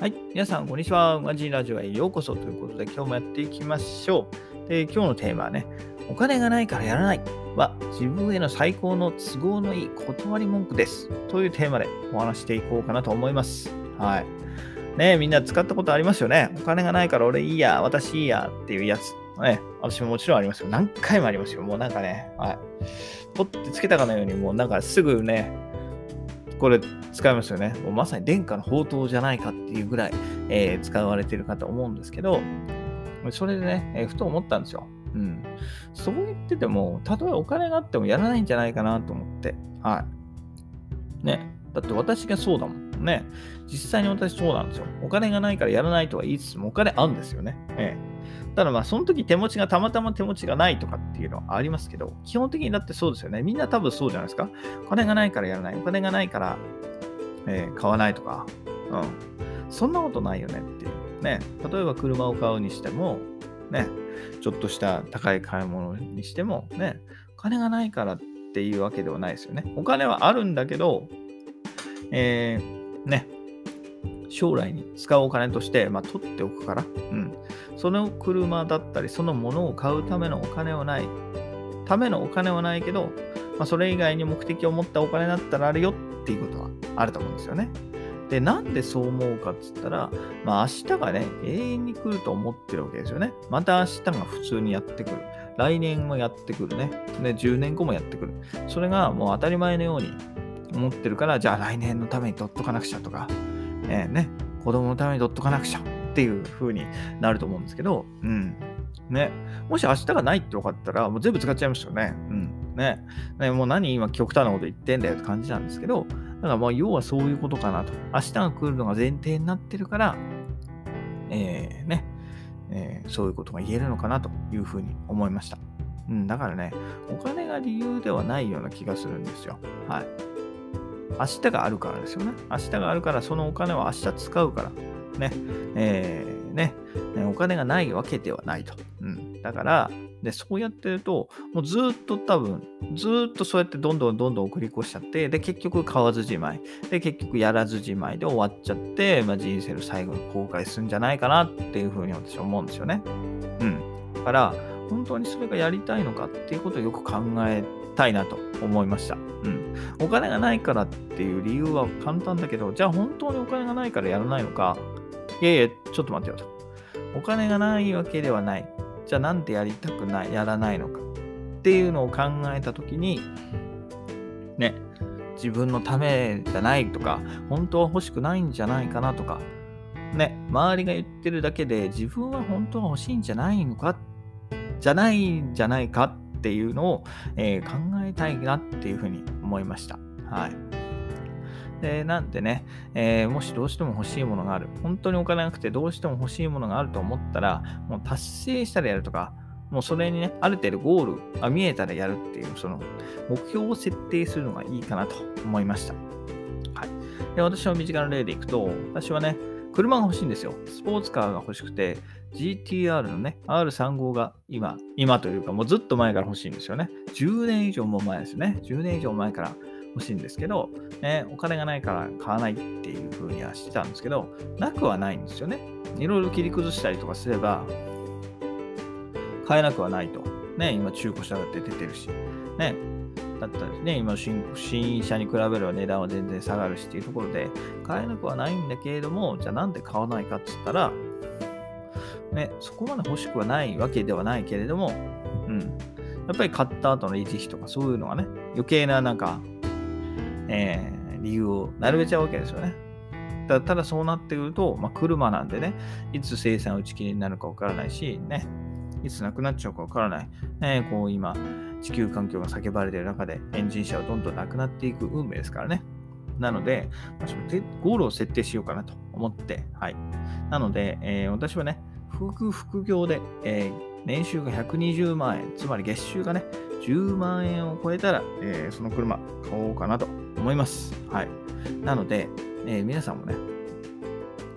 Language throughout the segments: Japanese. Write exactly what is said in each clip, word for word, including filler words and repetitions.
はい。皆さん、こんにちは。マジラジオへようこそということで、今日もやっていきましょう。で、今日のテーマはね、お金がないからやらないは、自分への最高の都合のいい断り文句です。というテーマでお話していこうかなと思います。はい。ねみんな使ったことありますよね。お金がないから俺いいや、私いいやっていうやつ。ね、私ももちろんありますよ。何回もありますよ。もうなんかね、はい。ポッてつけたかのように、もうなんかすぐね、これ使いますよね。もうまさに殿下の宝刀じゃないかっていうぐらい、えー使われてるかと思うんですけど、それでね、えーふと思ったんですよ。うん。そう言ってても、たとえお金があってもやらないんじゃないかなと思って。はい。ね。だって私がそうだもん。ね。実際に私そうなんですよ。お金がないからやらないとは言いつつも、お金あるんですよね。ええ。ただまあ、その時手持ちがたまたま手持ちがないとかっていうのはありますけど、基本的にだってそうですよね。みんな多分そうじゃないですか。お金がないからやらない。お金がないから、えー買わないとか。うん。そんなことないよねっていう。ね。例えば車を買うにしても、ね。ちょっとした高い買い物にしても、ね。お金がないからっていうわけではないですよね。お金はあるんだけど、えーね。将来に使うお金として、まあ、取っておくから、うん。その車だったり、そのものを買うためのお金はない。ためのお金はないけど、まあ、それ以外に目的を持ったお金だったらあるよっていうことはあると思うんですよね。で、なんでそう思うかっつったら、まあ明日がね、永遠に来ると思ってるわけですよね。また明日が普通にやってくる。来年もやってくるね。で、じゅうねんごもやってくる。それがもう当たり前のように思ってるから、じゃあ来年のために取っとかなくちゃとか、えーね、子供のために取っとかなくちゃっていう風になると思うんですけど、うん。ね。もし明日がないって分かったら、もう全部使っちゃいますよね。うん。ね。ねもう何今極端なこと言ってんだよって感じなんですけど、だからまあ要はそういうことかなと。明日が来るのが前提になってるから、えー、ね、えーそういうことが言えるのかなというふうに思いました。うん、だからね、お金が理由ではないような気がするんですよ。はい。明日があるからですよね。明日があるから、そのお金は明日使うから。ね。えー、ね。ねお金がないわけではないと。うん。だから、で、そうやってると、もうずっと多分、ずっとそうやってどんどんどんどん送り越しちゃって、で、結局買わずじまい。で、結局やらずじまいで終わっちゃって、まあ、人生の最後に後悔するんじゃないかなっていうふうに私は思うんですよね。うん。だから、本当にそれがやりたいのかっていうことをよく考えたいなと思いました。うん。お金がないからっていう理由は簡単だけど、じゃあ本当にお金がないからやらないのか、いやいや、ちょっと待ってよと。お金がないわけではない。じゃあなんでやりたくない、やらないのかっていうのを考えたときに、ね、自分のためじゃないとか、本当は欲しくないんじゃないかなとか、ね、周りが言ってるだけで自分は本当は欲しいんじゃないのか、じゃないんじゃないかっていうのを、えー考えたいなっていうふうに思いました。はい。で、なんでね、えーもしどうしても欲しいものがある。本当にお金がなくてどうしても欲しいものがあると思ったら、もう達成したらやるとか、もうそれにね、ある程度ゴールが見えたらやるっていう、その目標を設定するのがいいかなと思いました。はい。で、私の身近な例でいくと、私はね、車が欲しいんですよ。スポーツカーが欲しくて、ジーティーアール のね、アールさんじゅうご が今、今というかもうずっと前から欲しいんですよね。じゅうねん以上も前ですね。じゅうねん以上前から欲しいんですけど、ね、お金がないから買わないっていう風にはしてたんですけど、なくはないんですよね。いろいろ切り崩したりとかすれば、買えなくはないと。ね、今中古車だって出てるし。ね、だったらね、今新新車に比べれば値段は全然下がるしっていうところで、買えなくはないんだけれども、じゃあなんで買わないかっつったら、ね、そこまで欲しくはないわけではないけれども、うん。やっぱり買った後の維持費とかそういうのがね、余計ななんか、えー理由を並べちゃうわけですよね。たただそうなってくると、まあ、車なんでね、いつ生産打ち切りになるかわからないし、ね、いつなくなっちゃうかわからない。ね、こう今、地球環境が叫ばれている中で、エンジン車はどんどんなくなっていく運命ですからね。なので、まあちょっとゴールを設定しようかなと思って、はい。なので、えー私はね、副副業で、えー年収がひゃくにじゅうまんえん、つまり月収がね、じゅうまんえんを超えたら、えーその車買おうかなと思います。はい。なので、えー皆さんもね、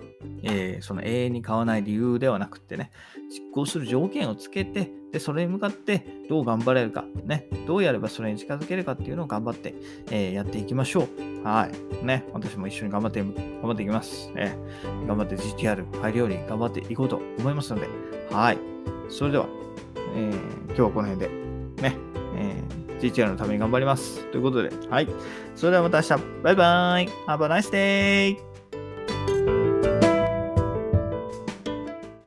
えーその永遠に買わない理由ではなくってね、実行する条件をつけて、で、それに向かってどう頑張れるか、ね、どうやればそれに近づけるかっていうのを頑張って、えーやっていきましょう。はい。ね、私も一緒に頑張って、頑張っていきます。えー頑張って ジーティーアール、ファイルより頑張っていこうと思いますので、はい。それでは、えー今日はこの辺で、ね、えー ジーティーアール のために頑張ります。ということで、はい。それではまた明日、バイバイ。Have a nice day!